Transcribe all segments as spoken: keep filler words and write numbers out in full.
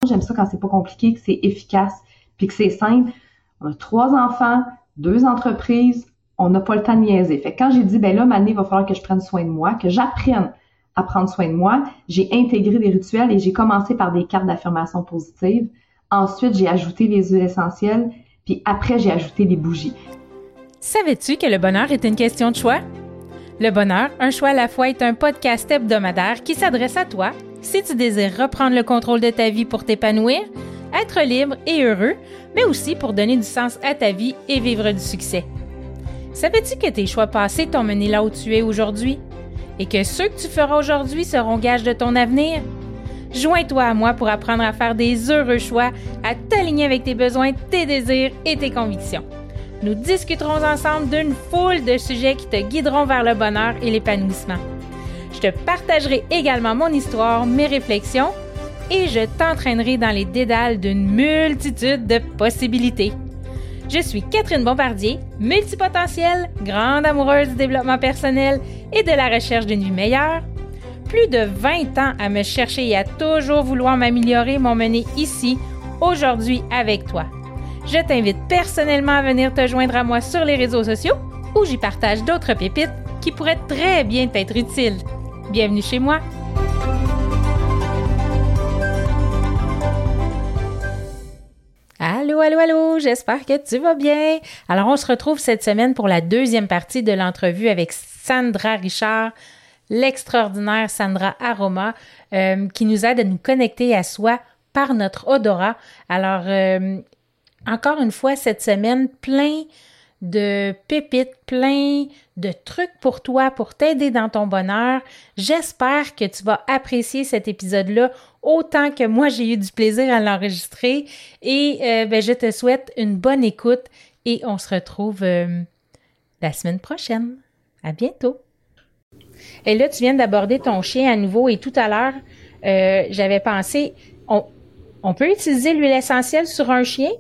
j'aime ça quand c'est pas compliqué, que c'est efficace, puis que c'est simple. On a trois enfants, deux entreprises, on n'a pas le temps de niaiser. Fait que quand j'ai dit, ben là, Mané, il va falloir que je prenne soin de moi, que j'apprenne à prendre soin de moi, j'ai intégré des rituels et j'ai commencé par des cartes d'affirmation positive. Ensuite, j'ai ajouté les huiles essentielles, puis après, j'ai ajouté les bougies. Savais-tu que le bonheur est une question de choix? Le bonheur, un choix à la fois est un podcast hebdomadaire qui s'adresse à toi si tu désires reprendre le contrôle de ta vie pour t'épanouir, être libre et heureux, mais aussi pour donner du sens à ta vie et vivre du succès. Savais-tu que tes choix passés t'ont mené là où tu es aujourd'hui et que ceux que tu feras aujourd'hui seront gages de ton avenir? Joins-toi à moi pour apprendre à faire des heureux choix, à t'aligner avec tes besoins, tes désirs et tes convictions. Nous discuterons ensemble d'une foule de sujets qui te guideront vers le bonheur et l'épanouissement. Je te partagerai également mon histoire, mes réflexions et je t'entraînerai dans les dédales d'une multitude de possibilités. Je suis Catherine Bombardier, multipotentielle, grande amoureuse du développement personnel et de la recherche d'une vie meilleure. Plus de vingt ans à me chercher et à toujours vouloir m'améliorer m'ont mené ici, aujourd'hui avec toi. Je t'invite personnellement à venir te joindre à moi sur les réseaux sociaux où j'y partage d'autres pépites qui pourraient très bien t'être utiles. Bienvenue chez moi! Allô, allô, allô, j'espère que tu vas bien. Alors, on se retrouve cette semaine pour la deuxième partie de l'entrevue avec Sandra Richard, l'extraordinaire Sandra Aroma, euh, qui nous aide à nous connecter à soi par notre odorat. Alors, euh, encore une fois, cette semaine, plein de pépites, plein de trucs pour toi, pour t'aider dans ton bonheur. J'espère que tu vas apprécier cet épisode-là autant que moi, j'ai eu du plaisir à l'enregistrer. Et euh, ben, je te souhaite une bonne écoute et on se retrouve euh, la semaine prochaine. À bientôt! Et là, tu viens d'aborder ton chien à nouveau et tout à l'heure, euh, j'avais pensé, on, on peut utiliser l'huile essentielle sur un chien?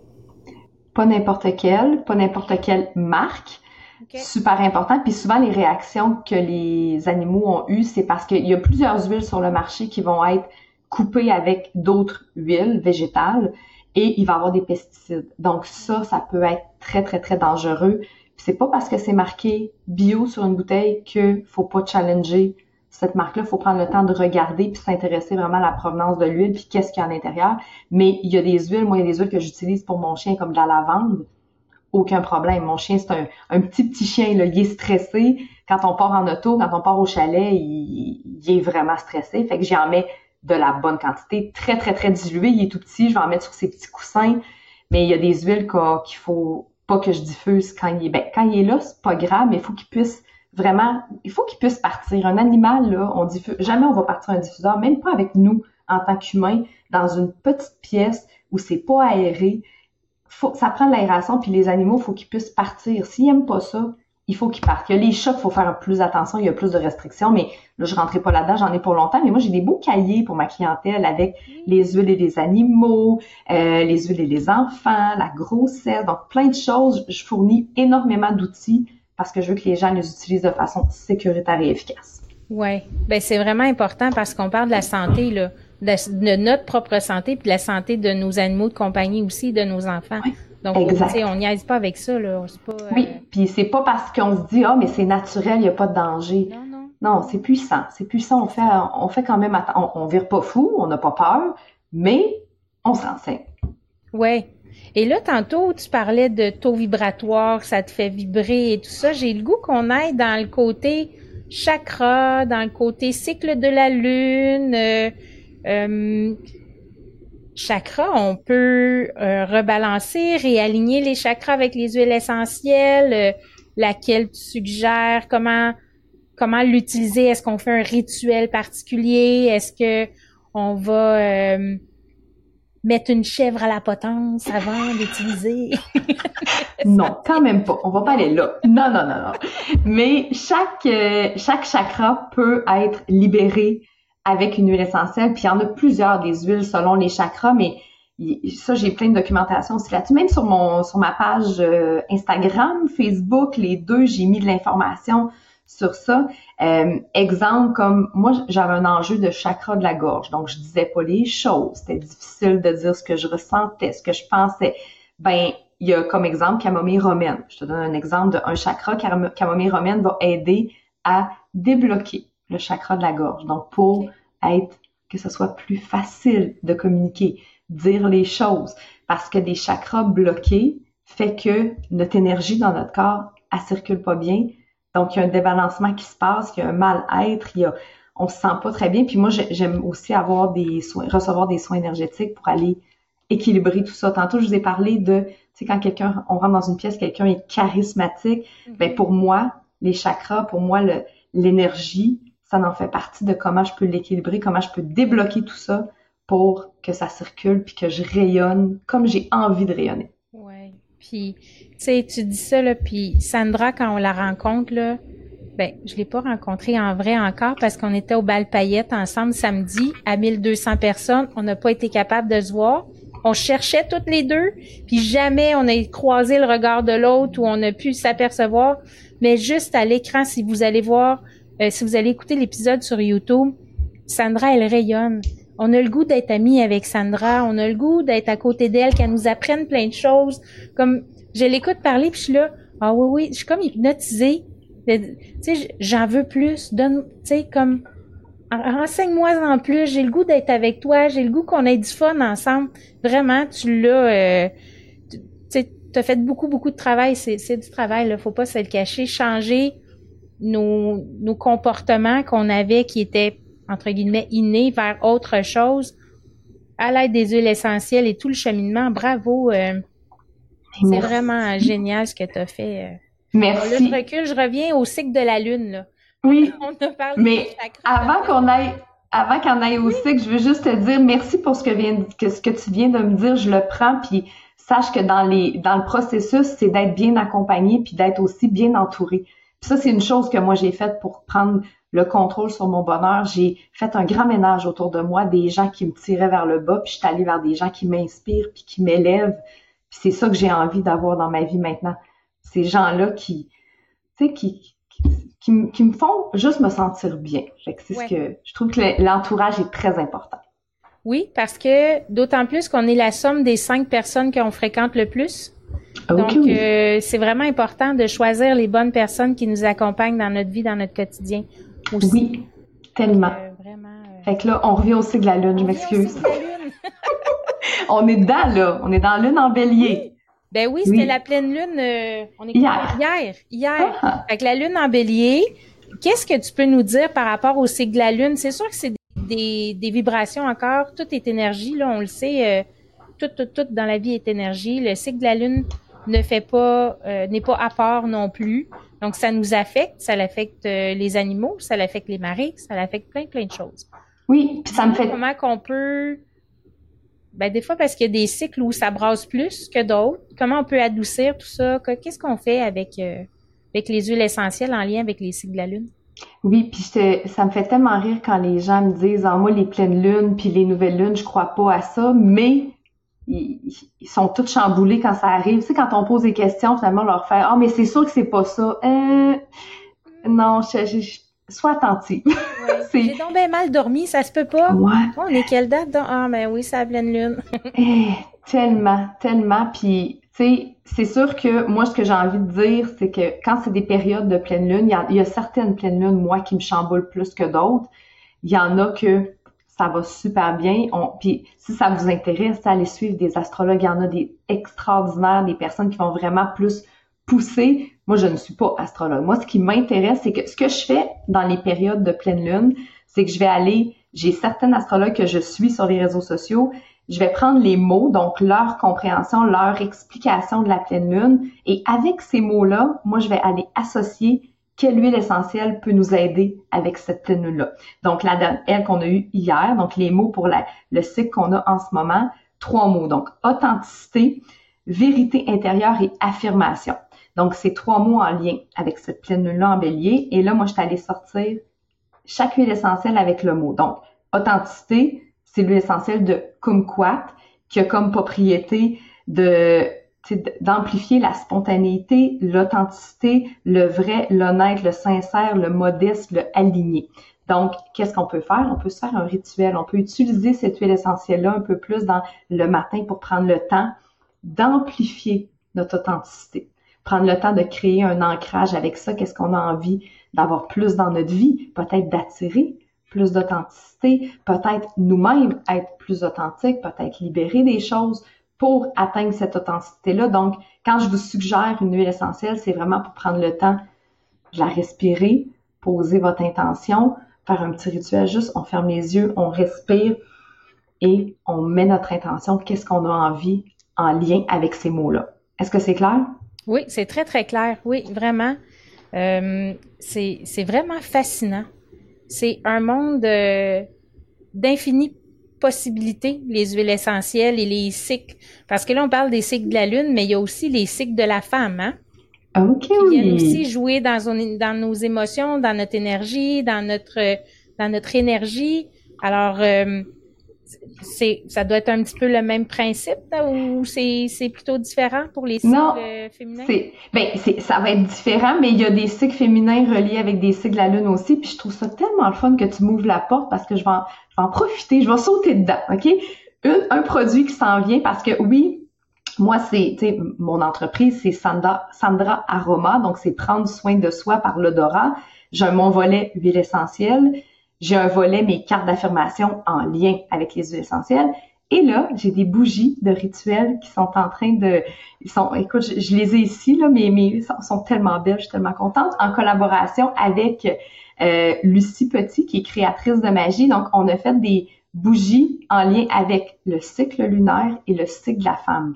Pas n'importe quelle, pas n'importe quelle marque. Okay. Super important. Puis souvent, les réactions que les animaux ont eues, c'est parce qu'il y a plusieurs huiles sur le marché qui vont être coupées avec d'autres huiles végétales et il va y avoir des pesticides. Donc ça, ça peut être très, très, très dangereux. Puis c'est pas parce que c'est marqué bio sur une bouteille qu'il faut pas challenger cette marque-là. Il faut prendre le temps de regarder puis s'intéresser vraiment à la provenance de l'huile puis qu'est-ce qu'il y a à l'intérieur. Mais il y a des huiles, moi, il y a des huiles que j'utilise pour mon chien comme de la lavande. Aucun problème. Mon chien, c'est un, un petit, petit chien, là. Il est stressé. Quand on part en auto, quand on part au chalet, il, il est vraiment stressé. Fait que j'en mets de la bonne quantité, très, très, très dilué. Il est tout petit. Je vais en mettre sur ses petits coussins. Mais il y a des huiles qu'il faut pas que je diffuse quand il est, ben, quand il est là, c'est pas grave, mais il faut qu'il puisse vraiment, il faut qu'il puisse partir. Un animal, là, on diffuse, jamais on va partir un diffuseur, même pas avec nous, en tant qu'humains, dans une petite pièce où c'est pas aéré. Faut, ça prend de l'aération, puis les animaux, il faut qu'ils puissent partir. S'ils aiment pas ça, il faut qu'ils partent. Il y a les chats, il faut faire plus attention, il y a plus de restrictions, mais là, je rentrais pas là-dedans, j'en ai pour longtemps, mais moi, j'ai des beaux cahiers pour ma clientèle avec les huiles et les animaux, euh, les huiles et les enfants, la grossesse, donc plein de choses. Je fournis énormément d'outils parce que je veux que les gens les utilisent de façon sécuritaire et efficace. Oui, ben c'est vraiment important parce qu'on parle de la santé, là, de, de notre propre santé, puis de la santé de nos animaux de compagnie aussi, de nos enfants. Oui, donc, tu sais, on niaise pas avec ça, là. C'est pas, euh... Oui, puis c'est pas parce qu'on se dit, ah, mais c'est naturel, il n'y a pas de danger. Non, non. Non, c'est puissant, c'est puissant. On fait, on fait quand même, on, on vire pas fou, on n'a pas peur, mais on se renseigne. Oui. Et là, tantôt, tu parlais de taux vibratoire, ça te fait vibrer et tout ça. J'ai le goût qu'on aille dans le côté chakra, dans le côté cycle de la lune. Euh, euh, chakra, on peut euh, rebalancer, réaligner les chakras avec les huiles essentielles. Euh, laquelle tu suggères? Comment comment l'utiliser? Est-ce qu'on fait un rituel particulier? Est-ce que on va... Euh, mettre une chèvre à la potence avant d'utiliser? Non, quand même pas. On va pas aller là. Non, non, non, non. Mais chaque euh, chaque chakra peut être libéré avec une huile essentielle. Puis il y en a plusieurs des huiles selon les chakras, mais ça, j'ai plein de documentation aussi là-dessus. Même sur mon sur ma page euh, Instagram, Facebook, les deux, j'ai mis de l'information sur ça. Euh, exemple, comme moi, j'avais un enjeu de chakra de la gorge, donc je disais pas les choses, c'était difficile de dire ce que je ressentais, ce que je pensais. Ben, il y a comme exemple camomille romaine. Je te donne un exemple de un chakra. Camomille romaine va aider à débloquer le chakra de la gorge. Donc, pour okay. être, que ce soit plus facile de communiquer, dire les choses. Parce que des chakras bloqués fait que notre énergie dans notre corps, elle circule pas bien. Donc, il y a un débalancement qui se passe, il y a un mal-être, il y a, on se sent pas très bien. Puis moi, j'aime aussi avoir des soins, recevoir des soins énergétiques pour aller équilibrer tout ça. Tantôt, je vous ai parlé de, tu sais, quand quelqu'un, on rentre dans une pièce, quelqu'un est charismatique, mm-hmm. ben pour moi, les chakras, pour moi, le, l'énergie, ça en fait partie de comment je peux l'équilibrer, comment je peux débloquer tout ça pour que ça circule puis que je rayonne comme j'ai envie de rayonner. Ouais. Puis, tu sais, tu dis ça, là, puis Sandra, quand on la rencontre, là, ben, je l'ai pas rencontrée en vrai encore parce qu'on était au bal paillettes ensemble samedi à mille deux cents personnes. On n'a pas été capable de se voir. On cherchait toutes les deux, puis jamais on a croisé le regard de l'autre ou on a pu s'apercevoir. Mais juste à l'écran, si vous allez voir, euh, si vous allez écouter l'épisode sur YouTube, Sandra, elle rayonne. On a le goût d'être amis avec Sandra, on a le goût d'être à côté d'elle, qu'elle nous apprenne plein de choses. Comme, je l'écoute parler, puis je suis là, ah oui, oui, je suis comme hypnotisée. Tu sais, j'en veux plus, donne, tu sais, comme, renseigne-moi en plus, j'ai le goût d'être avec toi, j'ai le goût qu'on ait du fun ensemble. Vraiment, tu l'as, euh, tu sais, t'as fait beaucoup, beaucoup de travail, c'est, c'est du travail, là, faut pas se le cacher, changer nos, nos comportements qu'on avait qui étaient, entre guillemets, innés vers autre chose, à l'aide des huiles essentielles et tout le cheminement. Bravo, euh, c'est vraiment génial ce que t'as fait. Euh. Merci. Bon, là, je recule, je reviens au cycle de la lune, là. Oui, on a parlé mais avant qu'on aille, avant qu'on aille au oui. cycle, je veux juste te dire merci pour ce que, vient, que, ce que tu viens de me dire, je le prends, puis sache que dans les dans le processus, c'est d'être bien accompagné puis d'être aussi bien entouré. Puis ça, c'est une chose que moi j'ai faite pour prendre le contrôle sur mon bonheur. J'ai fait un grand ménage autour de moi, des gens qui me tiraient vers le bas, puis je suis allée vers des gens qui m'inspirent puis qui m'élèvent. Puis c'est ça que j'ai envie d'avoir dans ma vie maintenant. Ces gens-là qui, tu sais, qui, qui, qui, qui me font juste me sentir bien. Fait que c'est ouais. ce que je trouve que l'entourage est très important. Oui, parce que d'autant plus qu'on est la somme des cinq personnes qu'on fréquente le plus. Okay, Donc, oui. euh, c'est vraiment important de choisir les bonnes personnes qui nous accompagnent dans notre vie, dans notre quotidien aussi. Oui, tellement. Euh, vraiment, euh... Fait que là, on revient au cycle de la lune, on je m'excuse. On est dedans, là. On est dans la lune en bélier. Oui. Ben oui, c'était oui. la pleine lune. Euh, on est hier. Hier. Hier. Ah. Fait que la lune en bélier, qu'est-ce que tu peux nous dire par rapport au cycle de la lune? C'est sûr que c'est des, des vibrations encore. Tout est énergie, là, on le sait. Euh, tout, tout, tout dans la vie est énergie. Le cycle de la lune ne fait pas, euh, n'est pas à part non plus. Donc, ça nous affecte. Ça l'affecte euh, les animaux, ça l'affecte les marées, ça l'affecte plein, plein de choses. Oui, puis ça me fait... Comment qu'on peut... Ben, des fois, parce qu'il y a des cycles où ça brasse plus que d'autres. Comment on peut adoucir tout ça? Qu'est-ce qu'on fait avec, euh, avec les huiles essentielles en lien avec les cycles de la lune? Oui, puis je, ça me fait tellement rire quand les gens me disent « Ah, moi, les pleines lunes puis les nouvelles lunes, je crois pas à ça. » Mais ils, ils sont tous chamboulés quand ça arrive. Tu sais, quand on pose des questions, finalement, on leur fait « Ah, mais c'est sûr que c'est pas ça. Euh, » Non, je, je, je sois attentive. Ouais. J'ai donc bien mal dormi, ça se peut pas. Ouais. Oh, on est quelle date? Donc? Ah, ben oui, c'est la pleine lune. Eh, tellement, tellement. Puis, tu sais, c'est sûr que moi, ce que j'ai envie de dire, c'est que quand c'est des périodes de pleine lune, il y a, il y a certaines pleines lunes, moi, qui me chamboulent plus que d'autres. Il y en a que ça va super bien. On, puis, si ça vous intéresse, allez suivre des astrologues. Il y en a des extraordinaires, des personnes qui vont vraiment plus pousser. Moi, je ne suis pas astrologue. Moi, ce qui m'intéresse, c'est que ce que je fais dans les périodes de pleine lune, c'est que je vais aller, j'ai certains astrologues que je suis sur les réseaux sociaux, je vais prendre les mots, donc leur compréhension, leur explication de la pleine lune, et avec ces mots-là, moi, je vais aller associer quelle huile essentielle peut nous aider avec cette pleine lune-là. Donc, la dernière, elle qu'on a eue hier, donc les mots pour la, le cycle qu'on a en ce moment, trois mots. Donc, authenticité, vérité intérieure et affirmation. Donc, c'est trois mots en lien avec cette pleine lune-là en bélier. Et là, moi, je suis allée sortir chaque huile essentielle avec le mot. Donc, authenticité, c'est l'huile essentielle de kumquat, qui a comme propriété de, d'amplifier la spontanéité, l'authenticité, le vrai, l'honnête, le sincère, le modeste, le aligné. Donc, qu'est-ce qu'on peut faire? On peut se faire un rituel. On peut utiliser cette huile essentielle-là un peu plus dans le matin pour prendre le temps d'amplifier notre authenticité. Prendre le temps de créer un ancrage avec ça. Qu'est-ce qu'on a envie d'avoir plus dans notre vie? Peut-être d'attirer plus d'authenticité, peut-être nous-mêmes être plus authentiques, peut-être libérer des choses pour atteindre cette authenticité-là. Donc, quand je vous suggère une huile essentielle, c'est vraiment pour prendre le temps de la respirer, poser votre intention, faire un petit rituel, juste on ferme les yeux, on respire et on met notre intention, qu'est-ce qu'on a envie en lien avec ces mots-là. Est-ce que c'est clair? Oui, c'est très, très clair. Oui, vraiment. Euh, c'est, c'est vraiment fascinant. C'est un monde euh, d'infinies possibilités, les huiles essentielles et les cycles. Parce que là, on parle des cycles de la Lune, mais il y a aussi les cycles de la femme, hein? OK, qui oui. viennent aussi jouer dans, son, dans nos émotions, dans notre énergie, dans notre dans notre énergie. Alors, euh, c'est ça doit être un petit peu le même principe, là, ou c'est c'est plutôt différent pour les cycles non, féminins? C'est, ben, c'est, ça va être différent, mais il y a des cycles féminins reliés avec des cycles de la Lune aussi, puis je trouve ça tellement le fun que tu m'ouvres la porte parce que je vais en, je vais en profiter, je vais sauter dedans, OK? Un, un produit qui s'en vient parce que oui, moi, c'est, tu sais, mon entreprise, c'est Sandra, Sandra Aroma, donc c'est prendre soin de soi par l'odorat. J'ai mon volet huile essentielle, j'ai un volet mes cartes d'affirmation en lien avec les huiles essentielles. Et là, j'ai des bougies de rituels qui sont en train de, ils sont, écoute, je, je les ai ici là, mais mais sont, sont tellement belles, je suis tellement contente, en collaboration avec euh, Lucie Petit, qui est créatrice de magie. Donc, on a fait des bougies en lien avec le cycle lunaire et le cycle de la femme.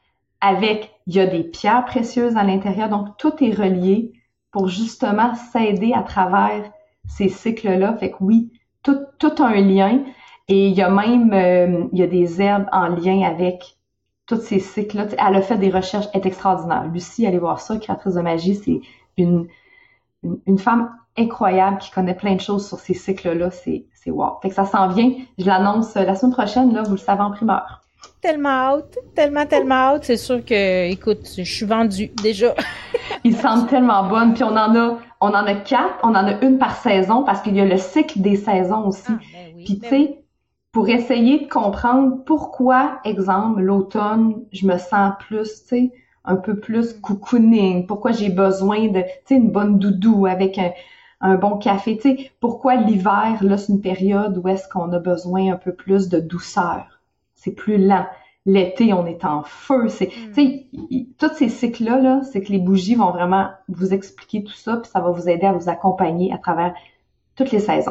Avec, il y a des pierres précieuses à l'intérieur, donc tout est relié pour justement s'aider à travers ces cycles-là. Fait que oui, tout, tout a un lien. Et il y a même, euh, il y a des herbes en lien avec tous ces cycles-là. Elle a fait des recherches, elle est extraordinaire. Lucie, allez voir ça, créatrice de magie, c'est une, une, une femme incroyable qui connaît plein de choses sur ces cycles-là. C'est, c'est wow. Fait que ça s'en vient. Je l'annonce la semaine prochaine, là, vous le savez en primeur. Tellement hâte, tellement, tellement hâte. C'est sûr que, écoute, je suis vendue déjà. Ils sentent tellement bonnes. Puis on en a, on en a quatre, on en a une par saison parce qu'il y a le cycle des saisons aussi. Ah, ben oui, Puis ben tu sais, oui. pour essayer de comprendre pourquoi, exemple, l'automne, je me sens plus, tu sais, un peu plus cocooning, pourquoi j'ai besoin de, tu sais, une bonne doudou avec un, un bon café, tu sais, pourquoi l'hiver, là, c'est une période où est-ce qu'on a besoin un peu plus de douceur. C'est plus lent. L'été, on est en feu. C'est, mm. tu sais, tous ces cycles-là, là, c'est que les bougies vont vraiment vous expliquer tout ça, puis ça va vous aider à vous accompagner à travers toutes les saisons.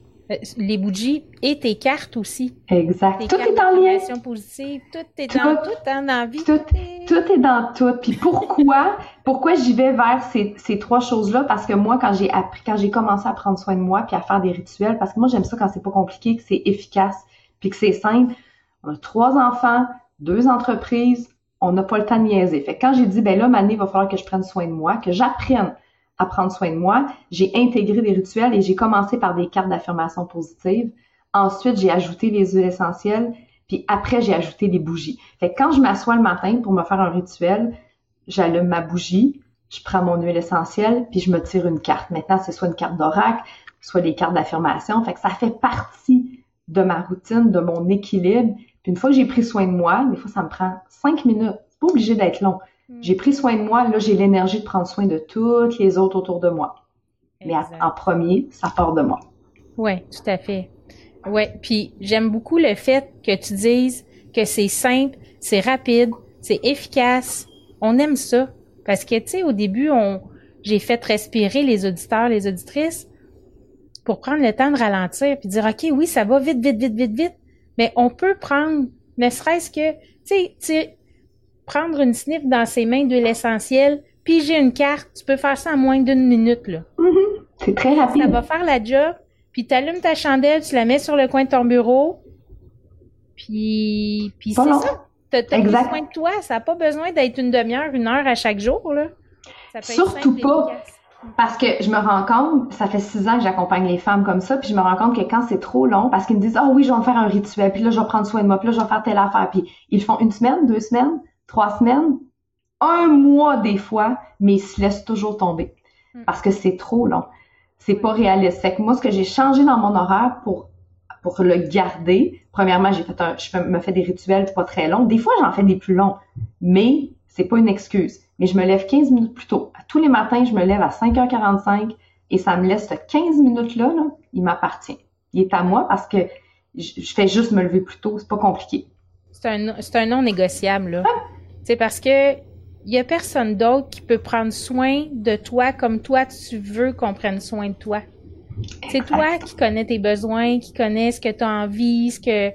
Les bougies et tes cartes aussi. Exact. Tes tout cartes est en lien. Positive, tout est tout, dans tout, hein, dans la vie. Tout, tout est dans tout. Puis pourquoi, pourquoi j'y vais vers ces, ces trois choses-là? Parce que moi, quand j'ai appris, quand j'ai commencé à prendre soin de moi puis à faire des rituels, parce que moi, j'aime ça quand c'est pas compliqué, que c'est efficace puis que c'est simple. On a trois enfants, deux entreprises, on n'a pas le temps de niaiser. Fait que quand j'ai dit, ben là, Mané, il va falloir que je prenne soin de moi, que j'apprenne à prendre soin de moi, j'ai intégré des rituels et j'ai commencé par des cartes d'affirmation positive. Ensuite, j'ai ajouté les huiles essentielles, puis après, j'ai ajouté les bougies. Fait que quand je m'assois le matin pour me faire un rituel, j'allume ma bougie, je prends mon huile essentielle, puis je me tire une carte. Maintenant, c'est soit une carte d'oracle, soit des cartes d'affirmation. Fait que ça fait partie de ma routine, de mon équilibre. Puis une fois que j'ai pris soin de moi, des fois, ça me prend cinq minutes. C'est pas obligé d'être long. Mm. J'ai pris soin de moi, là, j'ai l'énergie de prendre soin de toutes les autres autour de moi. Exact. Mais en premier, ça part de moi. Oui, tout à fait. Oui, puis j'aime beaucoup le fait que tu dises que c'est simple, c'est rapide, c'est efficace. On aime ça. Parce que, tu sais, au début, on j'ai fait respirer les auditeurs, les auditrices pour prendre le temps de ralentir puis dire, OK, oui, ça va vite, vite, vite, vite, vite. Mais on peut prendre, ne serait-ce que, tu sais, prendre une sniff dans ses mains d'huile essentielle, piger une carte, tu peux faire ça en moins d'une minute, là. Mm-hmm. C'est très rapide. Ça va faire la job, puis tu allumes ta chandelle, tu la mets sur le coin de ton bureau, puis, puis c'est long. Ça. Tu as pris soin de toi, ça n'a pas besoin d'être une demi-heure, une heure à chaque jour, là. Ça peut Surtout être pas. Parce que je me rends compte, ça fait six ans que j'accompagne les femmes comme ça, puis je me rends compte que quand c'est trop long, parce qu'ils me disent « Ah oh oui, je vais me faire un rituel, puis là, je vais prendre soin de moi, puis là, je vais faire telle affaire. » Puis ils le font une semaine, deux semaines, trois semaines, un mois des fois, mais ils se laissent toujours tomber Mm. parce que c'est trop long. C'est pas réaliste. Fait que moi, ce que j'ai changé dans mon horaire pour pour le garder, premièrement, j'ai fait un, je fais- me fais des rituels pas très longs. Des fois, j'en fais des plus longs, mais c'est pas une excuse. Mais je me lève quinze minutes plus tôt. Tous les matins, je me lève à cinq heures quarante-cinq et ça me laisse ce quinze minutes-là, là, il m'appartient. Il est à moi parce que je, je fais juste me lever plus tôt. C'est pas compliqué. C'est un, c'est un non négociable, là. C'est parce que il y a personne d'autre qui peut prendre soin de toi comme toi tu veux qu'on prenne soin de toi. C'est toi qui connais tes besoins, qui connais ce que tu as envie, ce que...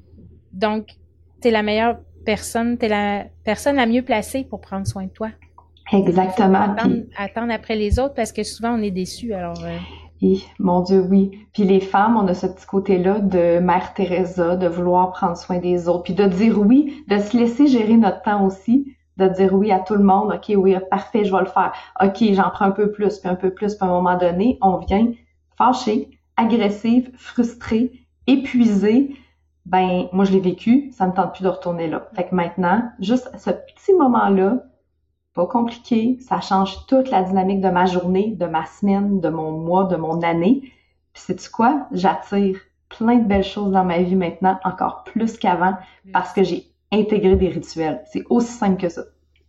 Donc, t'es la meilleure personne, t'es la personne la mieux placée pour prendre soin de toi. Exactement. Attendre, Puis, attendre après les autres parce que souvent on est déçus. Alors, euh, et, mon Dieu, oui. Puis les femmes, on a ce petit côté-là de Mère Teresa, de vouloir prendre soin des autres, puis de dire oui, de se laisser gérer notre temps aussi, de dire oui à tout le monde. OK, oui, parfait, je vais le faire. OK, j'en prends un peu plus, puis un peu plus, puis à un moment donné, on vient fâchée, agressive, frustrée, épuisée. Ben, moi, je l'ai vécu, ça me tente plus de retourner là. Fait que maintenant, juste ce petit moment-là, pas compliqué, ça change toute la dynamique de ma journée, de ma semaine, de mon mois, de mon année. Puis sais-tu quoi? J'attire plein de belles choses dans ma vie maintenant, encore plus qu'avant, parce que j'ai intégré des rituels. C'est aussi simple que ça.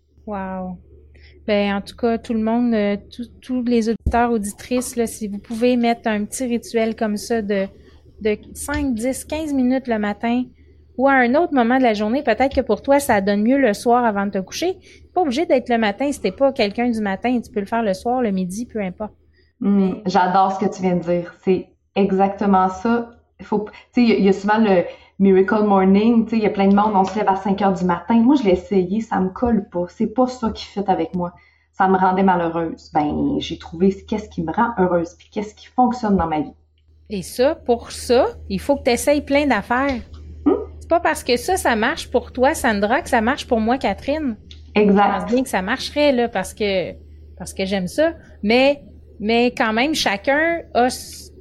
wow. Ben, en tout cas, tout le monde, euh, tous tous les auditeurs, auditrices, là, si vous pouvez mettre un petit rituel comme ça de, de cinq, dix, quinze minutes le matin ou à un autre moment de la journée, peut-être que pour toi, ça donne mieux le soir avant de te coucher. Pas obligé d'être le matin si t'es pas quelqu'un du matin. Tu peux le faire le soir, le midi, peu importe. Hum, j'adore ce que tu viens de dire. C'est exactement ça. Il faut, tu sais, il y, a- il y a souvent le Miracle Morning, tu sais, il y a plein de monde, on se lève à cinq heures du matin. Moi, je l'ai essayé, ça me colle pas. C'est pas ça qui fit avec moi. Ça me rendait malheureuse. Ben, j'ai trouvé qu'est-ce qui me rend heureuse, puis qu'est-ce qui fonctionne dans ma vie. Et ça, pour ça, il faut que tu essayes plein d'affaires. Hum? C'est pas parce que ça, ça marche pour toi, Sandra, que ça marche pour moi, Catherine. Je pense Exact. bien que ça marcherait, là, parce que, parce que j'aime ça. Mais, mais quand même, chacun a, s-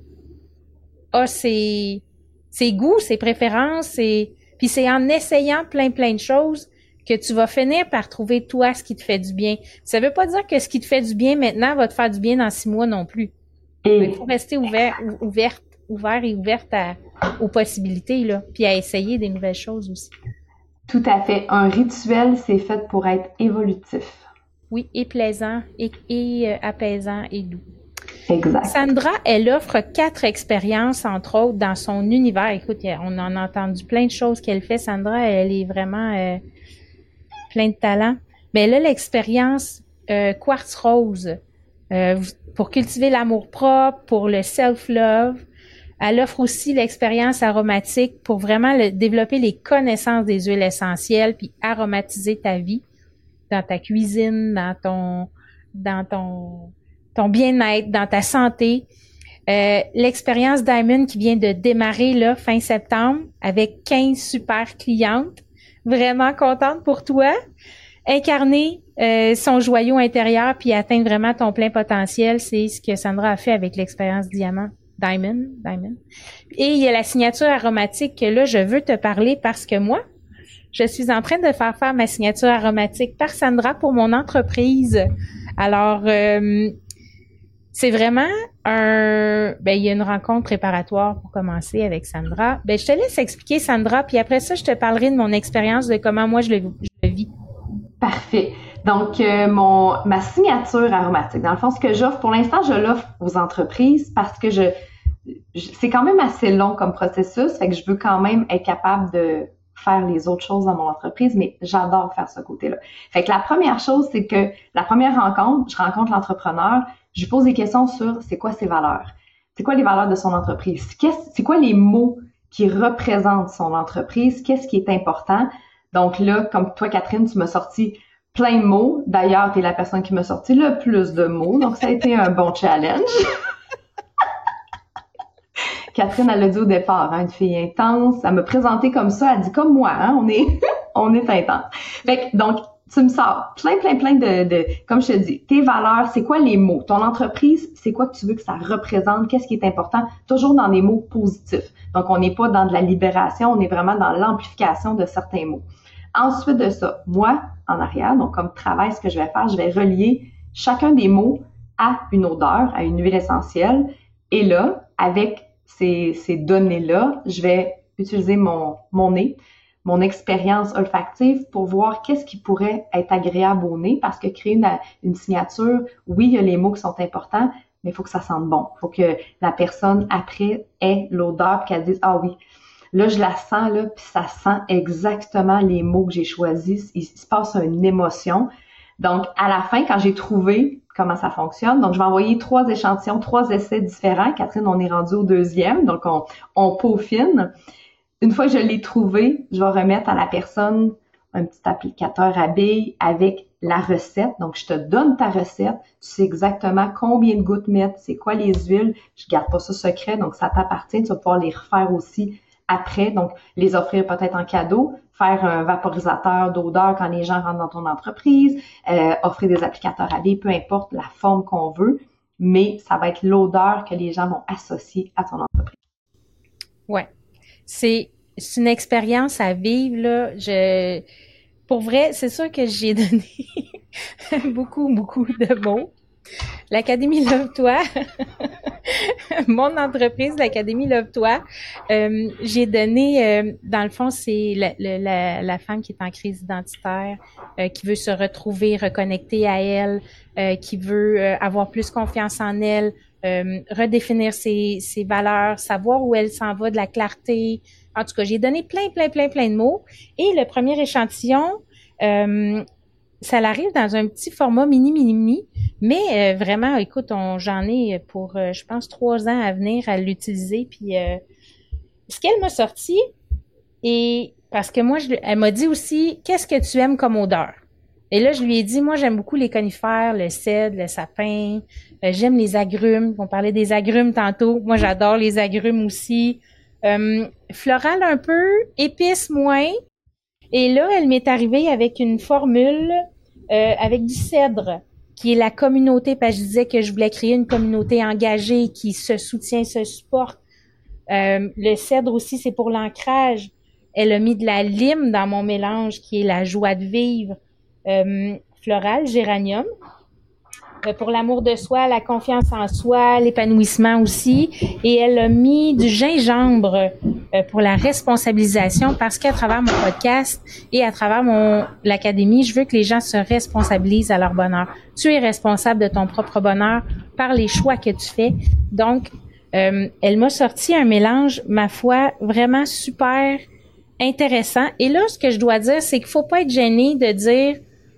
a ses, ses goûts, ses préférences, ses, puis c'est en essayant plein, plein de choses que tu vas finir par trouver, toi, ce qui te fait du bien. Ça veut pas dire que ce qui te fait du bien maintenant va te faire du bien dans six mois non plus. Mais il Et faut rester ouvert, ou- ouverte, ouvert et ouverte à, aux possibilités, là, puis à essayer des nouvelles choses aussi. tout à fait, un rituel, c'est fait pour être évolutif. Oui, et plaisant, et, et euh, apaisant et doux. Exact. Sandra, elle offre quatre expériences, entre autres, dans son univers. Écoute, y a- on en a entendu plein de choses qu'elle fait. Sandra, elle est vraiment euh, plein de talent. Mais elle a l'expérience euh, Quartz Rose euh, pour cultiver l'amour-propre, pour le self-love. Elle offre aussi l'expérience aromatique pour vraiment le- développer les connaissances des huiles essentielles puis aromatiser ta vie dans ta cuisine, dans ton dans ton ton bien-être, dans ta santé. Euh, l'expérience Diamond qui vient de démarrer là fin septembre avec quinze super clientes. Vraiment contente pour toi. Incarner euh, son joyau intérieur puis atteindre vraiment ton plein potentiel, c'est ce que Sandra a fait avec l'expérience Diamant. Diamond, Diamond. Et il y a la signature aromatique que là, je veux te parler parce que moi, je suis en train de faire faire ma signature aromatique par Sandra pour mon entreprise. Alors, euh, c'est vraiment un... Ben, il y a une rencontre préparatoire pour commencer avec Sandra. Ben, je te laisse expliquer, Sandra, puis après ça, je te parlerai de mon expérience, de comment moi je le, je le vis. Parfait. Donc, euh, mon ma signature aromatique, dans le fond, ce que j'offre, pour l'instant, je l'offre aux entreprises parce que je, je- c'est quand même assez long comme processus, fait que je veux quand même être capable de faire les autres choses dans mon entreprise, mais j'adore faire ce côté-là. Fait que la première chose, c'est que la première rencontre, je rencontre l'entrepreneur, je lui pose des questions sur c'est quoi ses valeurs, c'est quoi les valeurs de son entreprise, qu'est-ce, c'est quoi les mots qui représentent son entreprise, qu'est-ce qui est important. Donc là, comme toi, Catherine, tu m'as sorti plein de mots. D'ailleurs, tu es la personne qui m'a sorti le plus de mots. Donc, ça a été un bon challenge. Catherine, elle l'a dit au départ, hein, une fille intense. Elle m'a présenté comme ça. Elle dit comme moi, hein, on est, on est intense. Fait que, donc, tu me sors plein, plein, plein de, de, comme je te dis, tes valeurs, c'est quoi les mots? Ton entreprise, c'est quoi que tu veux que ça représente? Qu'est-ce qui est important? Toujours dans des mots positifs. Donc, on n'est pas dans de la libération, on est vraiment dans l'amplification de certains mots. Ensuite de ça, moi, en arrière, donc comme travail, ce que je vais faire, je vais relier chacun des mots à une odeur, à une huile essentielle. Et là, avec ces, ces données-là, je vais utiliser mon, mon nez, mon expérience olfactive pour voir qu'est-ce qui pourrait être agréable au nez, parce que créer une, une signature, oui, il y a les mots qui sont importants, mais il faut que ça sente bon. Il faut que la personne, après, ait l'odeur, puis qu'elle dise « Ah oui, là, je la sens, là, puis ça sent exactement les mots que j'ai choisis. Il se passe une émotion. » Donc, à la fin, quand j'ai trouvé comment ça fonctionne, donc je vais envoyer trois échantillons, trois essais différents. Catherine, on est rendu au deuxième, donc on, on peaufine. Une fois que je l'ai trouvé, je vais remettre à la personne un petit applicateur à billes avec la recette. Donc, je te donne ta recette. Tu sais exactement combien de gouttes mettre, c'est quoi les huiles. Je garde pas ça secret, donc ça t'appartient. Tu vas pouvoir les refaire aussi après. Donc, les offrir peut-être en cadeau, faire un vaporisateur d'odeur quand les gens rentrent dans ton entreprise, euh, offrir des applicateurs à billes, peu importe la forme qu'on veut, mais ça va être l'odeur que les gens vont associer à ton entreprise. Ouais. C'est, c'est une expérience à vivre, là. Je, pour vrai, c'est sûr que j'ai donné beaucoup, beaucoup de mots. L'Académie Love-toi, mon entreprise, l'Académie Love-toi, euh, j'ai donné, euh, dans le fond, c'est la, la, la femme qui est en crise identitaire, euh, qui veut se retrouver, reconnecter à elle, euh, qui veut euh, avoir plus confiance en elle, euh, redéfinir ses, ses valeurs, savoir où elle s'en va, de la clarté. En tout cas, j'ai donné plein, plein, plein, plein de mots. Et le premier échantillon, euh, ça l'arrive dans un petit format mini, mini, mini. Mais euh, vraiment, écoute, on, j'en ai pour, euh, je pense, trois ans à venir à l'utiliser. Puis, euh, ce qu'elle m'a sorti, et parce que moi, je, elle m'a dit aussi, qu'est-ce que tu aimes comme odeur? Et là, je lui ai dit, moi, j'aime beaucoup les conifères, le cèdre, le sapin. Euh, j'aime les agrumes. On parlait des agrumes tantôt. Moi, j'adore les agrumes aussi. Euh, floral un peu, épices moins. Et là, elle m'est arrivée avec une formule euh, avec du cèdre, qui est la communauté, parce que je disais que je voulais créer une communauté engagée qui se soutient, se supporte. Euh, le cèdre aussi, c'est pour l'ancrage. Elle a mis de la lime dans mon mélange, qui est la joie de vivre. Euh, floral, géranium. Euh, pour l'amour de soi, la confiance en soi, l'épanouissement aussi. Et elle a mis du gingembre euh, pour la responsabilisation, parce qu'à travers mon podcast et à travers mon l'académie, je veux que les gens se responsabilisent à leur bonheur. Tu es responsable de ton propre bonheur par les choix que tu fais. Donc, euh, elle m'a sorti un mélange, ma foi, vraiment super intéressant. Et là, ce que je dois dire, c'est qu'il faut pas être gêné de dire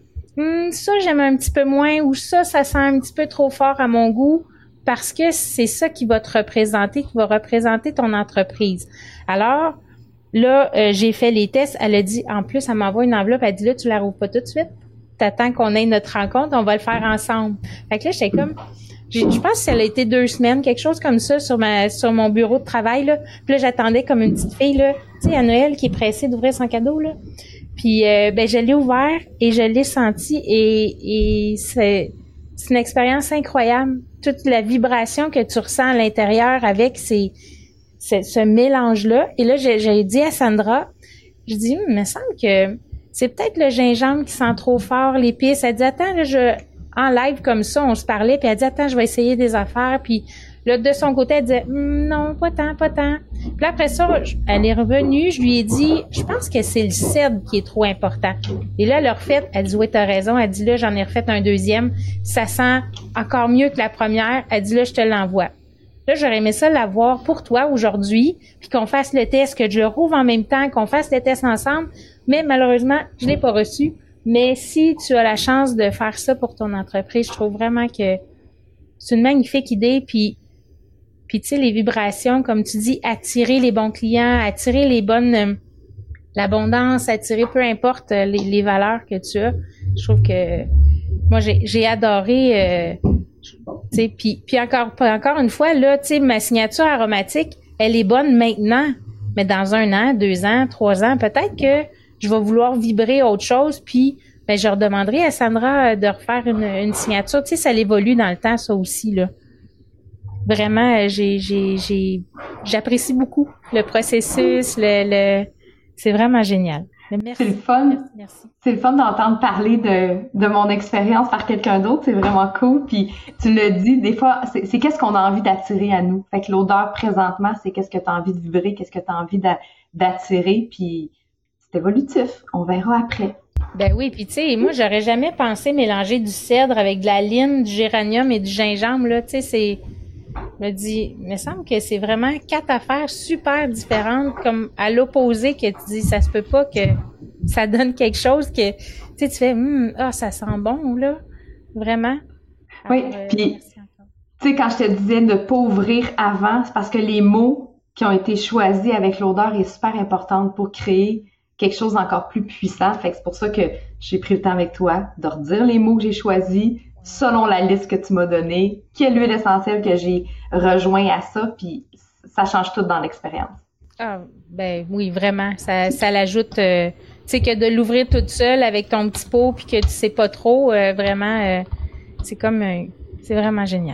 Hum, ça, j'aime un petit peu moins, ou ça, ça sent un petit peu trop fort à mon goût, parce que c'est ça qui va te représenter, qui va représenter ton entreprise. Alors, là, euh, j'ai fait les tests. Elle a dit, en plus, elle m'envoie une enveloppe. Elle dit, là, tu la rouvres pas tout de suite. T'attends qu'on ait notre rencontre, on va le faire ensemble. Fait que là, j'étais comme, je pense que ça a été deux semaines, quelque chose comme ça, sur ma sur mon bureau de travail, là. Puis là, j'attendais comme une petite fille, là, tu sais, à Noël, qui est pressée d'ouvrir son cadeau, là. Puis, euh, ben, je l'ai ouvert et je l'ai senti, et, et c'est, c'est une expérience incroyable. Toute la vibration que tu ressens à l'intérieur avec ces, ces ce mélange-là. Et là, j'ai, j'ai dit à Sandra, je dis, il me semble que c'est peut-être le gingembre qui sent trop fort, l'épice. Elle dit, attends, là, je, en live comme ça, on se parlait, puis elle dit, attends, je vais essayer des affaires, puis là, de son côté, elle disait, hm, non, pas tant, pas tant. Puis là, après ça, elle est revenue, je lui ai dit, je pense que c'est le cèdre qui est trop important. Et là, elle a refait, elle dit, oui, t'as raison. Elle dit, là, j'en ai refait un deuxième. Ça sent encore mieux que la première. Elle dit, là, je te l'envoie. Là, j'aurais aimé ça l'avoir pour toi aujourd'hui, puis qu'on fasse le test, que je le rouvre en même temps, qu'on fasse le test ensemble. Mais malheureusement, je l'ai pas reçu. Mais si tu as la chance de faire ça pour ton entreprise, je trouve vraiment que c'est une magnifique idée. Puis, puis tu sais, les vibrations, comme tu dis, attirer les bons clients, attirer les bonnes, euh, l'abondance, attirer peu importe les, les valeurs que tu as. Je trouve que moi, j'ai, j'ai adoré. Euh, tu sais, puis, puis encore, encore une fois, là, tu sais, ma signature aromatique, elle est bonne maintenant, mais dans un an, deux ans, trois ans, peut-être que je vais vouloir vibrer autre chose, puis ben, je redemanderai à Sandra de refaire une, une signature. Tu sais, ça évolue dans le temps, ça aussi, là. Vraiment, j'ai, j'ai, j'ai, j'apprécie beaucoup le processus, le, le, c'est vraiment génial. Merci. C'est le fun. Merci, merci. C'est le fun d'entendre parler de, de mon expérience par quelqu'un d'autre. C'est vraiment cool. Puis tu le dis, des fois, c'est, c'est qu'est-ce qu'on a envie d'attirer à nous. Fait que l'odeur, présentement, c'est qu'est-ce que tu as envie de vibrer, qu'est-ce que tu as envie d'a- d'attirer. Puis c'est évolutif. On verra après. Ben oui, puis tu sais, moi, j'aurais jamais pensé mélanger du cèdre avec de la lime, du géranium et du gingembre, là. Tu sais, c'est... Je me dis, il me semble que c'est vraiment quatre affaires super différentes, comme à l'opposé que tu dis, ça se peut pas que ça donne quelque chose que, tu sais, tu fais, hum, ah, ça sent bon, là, vraiment. Oui, Alors, euh, puis, merci encore. tu sais, quand je te disais de pas ouvrir avant, c'est parce que les mots qui ont été choisis avec l'odeur est super importante pour créer quelque chose d'encore plus puissant. Fait que c'est pour ça que j'ai pris le temps avec toi de redire les mots que j'ai choisis selon la liste que tu m'as donnée, quelle huile essentielle que j'ai rejoint à ça, puis ça change tout dans l'expérience. Ah, ben oui, vraiment, ça, ça l'ajoute, euh, tu sais, que de l'ouvrir toute seule avec ton petit pot puis que tu sais pas trop, euh, vraiment, euh, c'est comme, euh, c'est vraiment génial.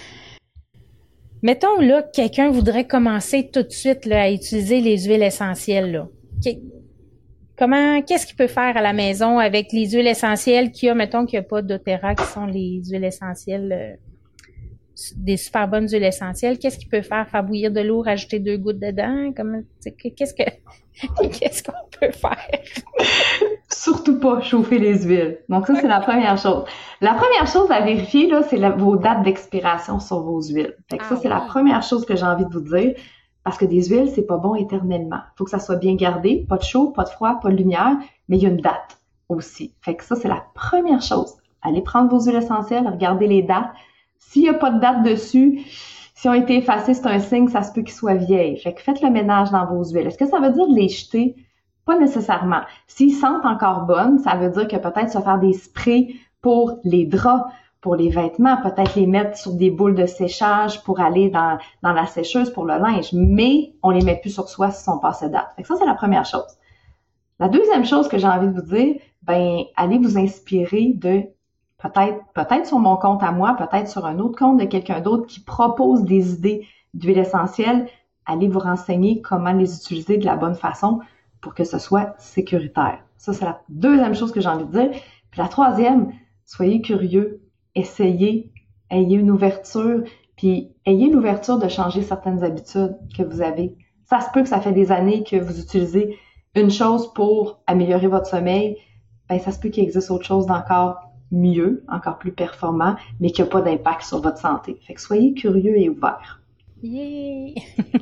Mettons, là, quelqu'un voudrait commencer tout de suite, là, à utiliser les huiles essentielles, là. Que- Comment, qu'est-ce qu'il peut faire à la maison avec les huiles essentielles qu'il y a, mettons qu'il n'y a pas d'Otera, qui sont les huiles essentielles, euh, des super bonnes huiles essentielles. Qu'est-ce qu'il peut faire? Faire bouillir de l'eau, rajouter deux gouttes dedans? Comment, qu'est-ce que, qu'est-ce qu'on peut faire? Surtout pas chauffer les huiles. Donc ça, c'est la première chose. La première chose à vérifier, là, c'est la- vos dates d'expiration sur vos huiles. Fait que ça, Ah c'est la oui. première chose que j'ai envie de vous dire. Parce que des huiles, c'est pas bon éternellement. Faut que ça soit bien gardé, pas de chaud, pas de froid, pas de lumière, mais il y a une date aussi. Fait que ça, c'est la première chose. Allez prendre vos huiles essentielles, regardez les dates. S'il y a pas de date dessus, si ont été effacées, c'est un signe, ça se peut qu'ils soient vieilles. Fait que faites le ménage dans vos huiles. Est-ce que ça veut dire de les jeter? Pas nécessairement. S'ils sentent encore bonnes, ça veut dire que peut-être se faire des sprays pour les draps, pour les vêtements, peut-être les mettre sur des boules de séchage pour aller dans, dans la sécheuse pour le linge, mais on les met plus sur soi s'ils sont passés date. Fait que ça, c'est la première chose. La deuxième chose que j'ai envie de vous dire, ben, allez vous inspirer de peut-être, peut-être sur mon compte à moi, peut-être sur un autre compte de quelqu'un d'autre qui propose des idées d'huile essentielle. Allez vous renseigner comment les utiliser de la bonne façon pour que ce soit sécuritaire. Ça, c'est la deuxième chose que j'ai envie de dire. Puis la troisième, soyez curieux. Essayez, ayez une ouverture, puis ayez l'ouverture de changer certaines habitudes que vous avez. Ça se peut que ça fait des années que vous utilisez une chose pour améliorer votre sommeil, ben ça se peut qu'il existe autre chose d'encore mieux, encore plus performant, mais qui n'a pas d'impact sur votre santé. Fait que soyez curieux et ouverts. Yeah!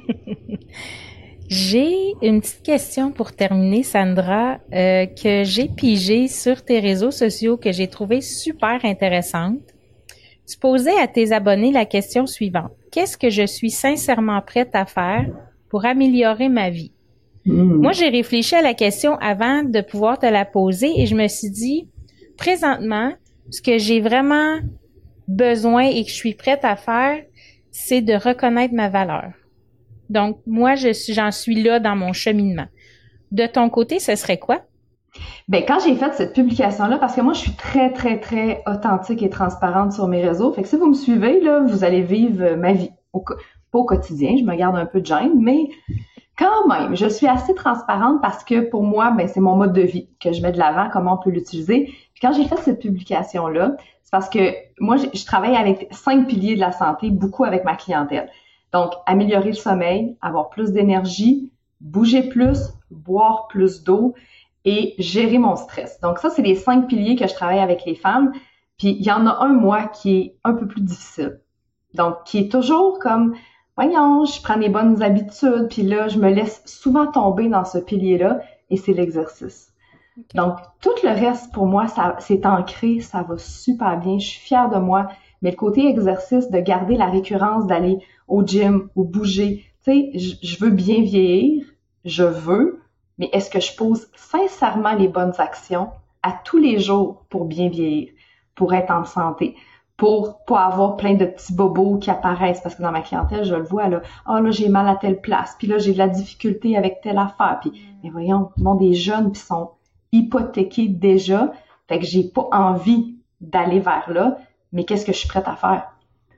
J'ai une petite question pour terminer, Sandra, euh, que j'ai pigée sur tes réseaux sociaux, que j'ai trouvée super intéressante. Tu posais à tes abonnés la question suivante. Qu'est-ce que je suis sincèrement prête à faire pour améliorer ma vie? Mmh. Moi, j'ai réfléchi à la question avant de pouvoir te la poser et je me suis dit, présentement, ce que j'ai vraiment besoin et que je suis prête à faire, c'est de reconnaître ma valeur. Donc, moi, je suis, j'en suis là dans mon cheminement. De ton côté, ce serait quoi? Ben, quand j'ai fait cette publication-là, parce que moi, je suis très, très, très authentique et transparente sur mes réseaux. Fait que si vous me suivez, là, vous allez vivre ma vie. Au, pas au quotidien, je me garde un peu de gêne, mais quand même, je suis assez transparente parce que pour moi, ben, c'est mon mode de vie que je mets de l'avant, comment on peut l'utiliser. Puis quand j'ai fait cette publication-là, c'est parce que moi, je, je travaille avec cinq piliers de la santé, beaucoup avec ma clientèle. Donc, améliorer le sommeil, avoir plus d'énergie, bouger plus, boire plus d'eau et gérer mon stress. Donc, ça, c'est les cinq piliers que je travaille avec les femmes. Puis, il y en a un, moi, qui est un peu plus difficile. Donc, qui est toujours comme, voyons, je prends les bonnes habitudes, puis là, je me laisse souvent tomber dans ce pilier-là, et c'est l'exercice. Okay. Donc, tout le reste, pour moi, ça, c'est ancré, ça va super bien, je suis fière de moi. Mais le côté exercice, de garder la récurrence, d'aller au gym ou bouger, tu sais, je, je veux bien vieillir, je veux, mais est-ce que je pose sincèrement les bonnes actions à tous les jours pour bien vieillir, pour être en santé, pour pas avoir plein de petits bobos qui apparaissent? Parce que dans ma clientèle, je le vois, là, oh là, j'ai mal à telle place, puis là, j'ai de la difficulté avec telle affaire, puis, mais voyons, le monde est jeune, puis sont hypothéqués déjà, fait que j'ai pas envie d'aller vers là. Mais qu'est-ce que je suis prête à faire?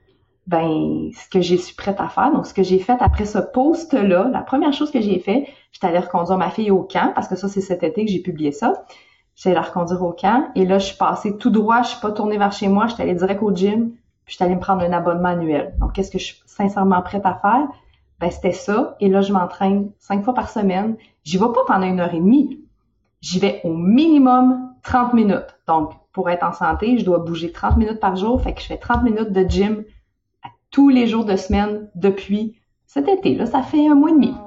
ben, ce que je suis prête à faire. Donc, ce que j'ai fait après ce post-là, la première chose que j'ai fait, j'étais allée reconduire ma fille au camp, parce que ça, c'est cet été que j'ai publié ça. J'étais allée la reconduire au camp, et là, je suis passée tout droit, je suis pas tournée vers chez moi, j'étais allée direct au gym, puis j'étais allée me prendre un abonnement annuel. Donc, qu'est-ce que je suis sincèrement prête à faire? Ben, c'était ça, et là, je m'entraîne cinq fois par semaine. J'y vais pas pendant une heure et demie. J'y vais au minimum trente minutes. Donc, pour être en santé, je dois bouger trente minutes par jour, fait que je fais trente minutes de gym tous les jours de semaine depuis cet été. Là, ça fait un mois et demi.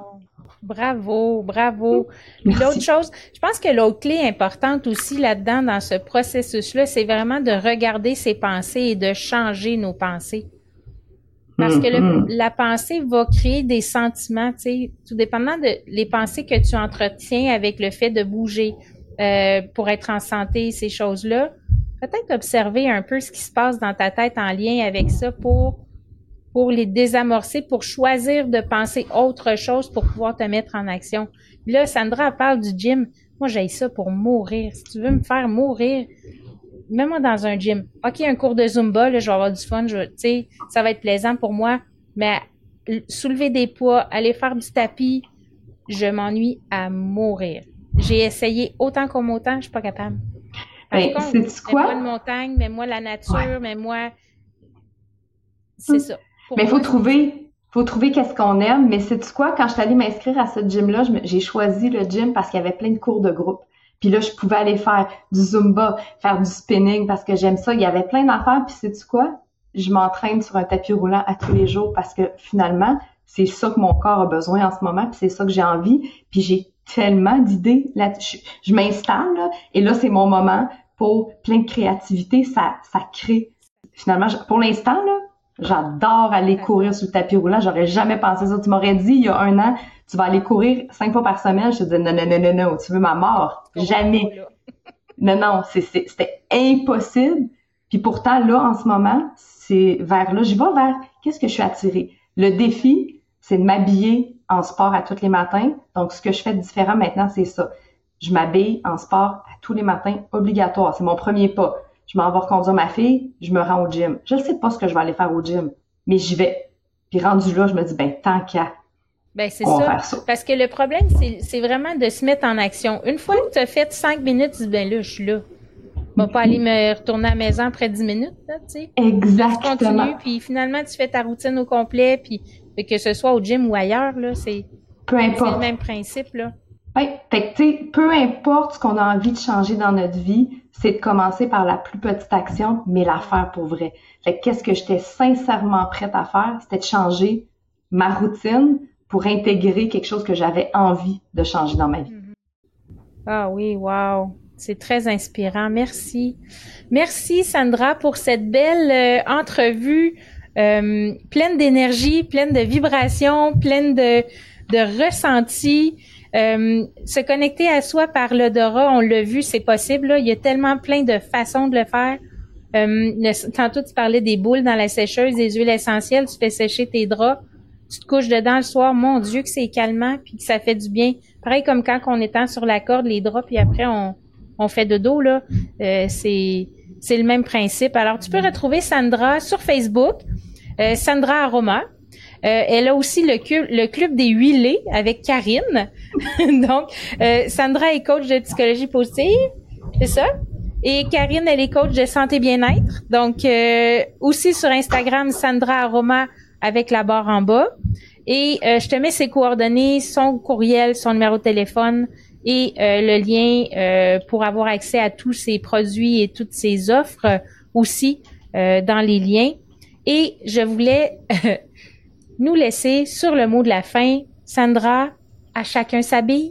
Bravo, bravo. Merci. L'autre chose, je pense que l'autre clé importante aussi là-dedans, dans ce processus-là, c'est vraiment de regarder ses pensées et de changer nos pensées. Parce que le, mm-hmm. la pensée va créer des sentiments, tu sais, tout dépendant de les pensées que tu entretiens avec le fait de bouger euh, pour être en santé, ces choses-là. Peut-être observer un peu ce qui se passe dans ta tête en lien avec ça pour pour les désamorcer, pour choisir de penser autre chose pour pouvoir te mettre en action. Puis là, Sandra parle du gym. Moi, j'ai ça pour mourir. Si tu veux me faire mourir, mets-moi dans un gym. OK, un cours de Zumba, là, je vais avoir du fun, tu sais, ça va être plaisant pour moi, mais soulever des poids, aller faire du tapis, je m'ennuie à mourir. J'ai essayé autant comme autant, je suis pas capable. Ben, contre, c'est quoi? Mets-moi une montagne, mets-moi la nature, ouais. mets-moi... C'est hum. ça. Pour mais il faut trouver, faut trouver qu'est-ce qu'on aime. Mais sais-tu quoi? Quand je suis allée m'inscrire à ce gym-là, j'ai choisi le gym parce qu'il y avait plein de cours de groupe. Puis là, je pouvais aller faire du Zumba, faire du spinning parce que j'aime ça. Il y avait plein d'affaires. Puis sais-tu quoi? Je m'entraîne sur un tapis roulant à tous les jours parce que finalement, c'est ça que mon corps a besoin en ce moment. Puis c'est ça que j'ai envie. Puis j'ai tellement d'idées. Là, je, je m'installe là, et là, c'est mon moment pour plein de créativité. Ça, ça crée. Finalement, je, pour l'instant, là, j'adore aller courir sur le tapis roulant. J'aurais jamais pensé ça. Tu m'aurais dit il y a un an, tu vas aller courir cinq fois par semaine. Je te disais non, non, non, non, non, tu veux ma mort? Jamais. Non, non, c'est, c'est, c'était impossible. Puis pourtant, là, en ce moment, c'est vers là. Je vais vers qu'est-ce que je suis attirée. Le défi, c'est de m'habiller en sport à tous les matins. Donc, ce que je fais de différent maintenant, c'est ça. Je m'habille en sport à tous les matins, obligatoire. C'est mon premier pas. Je m'en vais reconduire ma fille, je me rends au gym. Je ne sais pas ce que je vais aller faire au gym, mais j'y vais. Puis rendu là, je me dis, ben tant qu'à. Ben c'est ça. ça. Parce que le problème, c'est, c'est vraiment de se mettre en action. Une fois que tu as fait cinq minutes, tu dis, ben là, je suis là. Je vais pas aller me retourner à la maison après dix minutes, là, tu sais. Exactement. Tu continues, puis finalement, tu fais ta routine au complet, puis que ce soit au gym ou ailleurs, là, c'est, peu importe. C'est le même principe, là. Oui, fait que tu sais, peu importe ce qu'on a envie de changer dans notre vie, c'est de commencer par la plus petite action, mais la faire pour vrai. Fait que qu'est-ce que j'étais sincèrement prête à faire, c'était de changer ma routine pour intégrer quelque chose que j'avais envie de changer dans ma vie. Ah oui, wow! C'est très inspirant. Merci. Merci, Sandra, pour cette belle euh, entrevue euh, pleine d'énergie, pleine de vibrations, pleine de, de ressentis. Euh, se connecter à soi par l'odorat, on l'a vu, c'est possible. Là. Il y a tellement plein de façons de le faire. Euh, le, tantôt, tu parlais des boules dans la sécheuse, des huiles essentielles, tu fais sécher tes draps, tu te couches dedans le soir. Mon Dieu, que c'est calmant puis que ça fait du bien. Pareil comme quand on étend sur la corde les draps puis après on, on fait dodo, là. Euh, c'est, c'est le même principe. Alors, tu peux retrouver Sandra sur Facebook, euh, Sandra Aroma. Euh, elle a aussi le, cu- le club des huilés avec Karine. Donc, euh, Sandra est coach de psychologie positive, c'est ça? Et Karine, elle est coach de santé bien-être. Donc, euh, aussi sur Instagram, Sandra Aroma avec la barre en bas. Et euh, je te mets ses coordonnées, son courriel, son numéro de téléphone et euh, le lien euh, pour avoir accès à tous ses produits et toutes ses offres euh, aussi euh, dans les liens. Et je voulais... nous laisser sur le mot de la fin. Sandra, à chacun s'habille.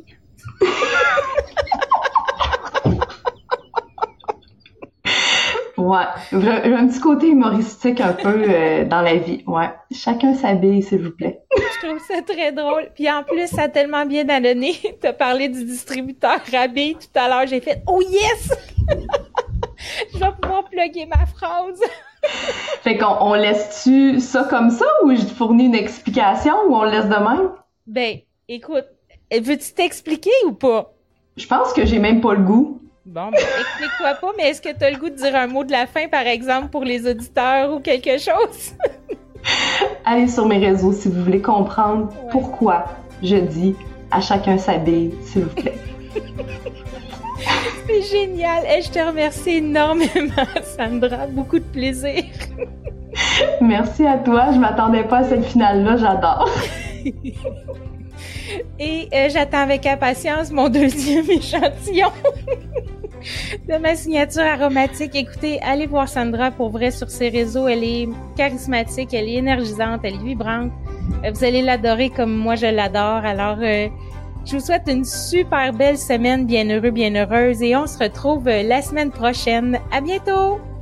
Ouais, j'ai un petit côté humoristique un peu euh, dans la vie. Ouais, chacun s'habille, s'il vous plaît. Je trouve ça très drôle. Puis en plus, ça a tellement bien donné. T'as parlé du distributeur Rabais tout à l'heure. J'ai fait « Oh yes! » Je vais pouvoir plugger ma phrase. Fait qu'on on laisse-tu ça comme ça ou je te fournis une explication ou on le laisse de même? Ben, écoute, veux-tu t'expliquer ou pas? Je pense que j'ai même pas le goût. Bon, ben, explique-toi pas, mais est-ce que tu as le goût de dire un mot de la fin, par exemple, pour les auditeurs ou quelque chose? Allez sur mes réseaux si vous voulez comprendre ouais. pourquoi je dis à chacun sa bille, s'il vous plaît. C'est génial. Et je te remercie énormément, Sandra. Beaucoup de plaisir. Merci à toi. Je m'attendais pas à cette finale-là. J'adore. Et euh, j'attends avec impatience mon deuxième échantillon de ma signature aromatique. Écoutez, allez voir Sandra pour vrai sur ses réseaux. Elle est charismatique, elle est énergisante, elle est vibrante. Euh, vous allez l'adorer comme moi je l'adore. Alors, euh, je vous souhaite une super belle semaine, bien heureux, bien heureuse. Et on se retrouve euh, la semaine prochaine. À bientôt!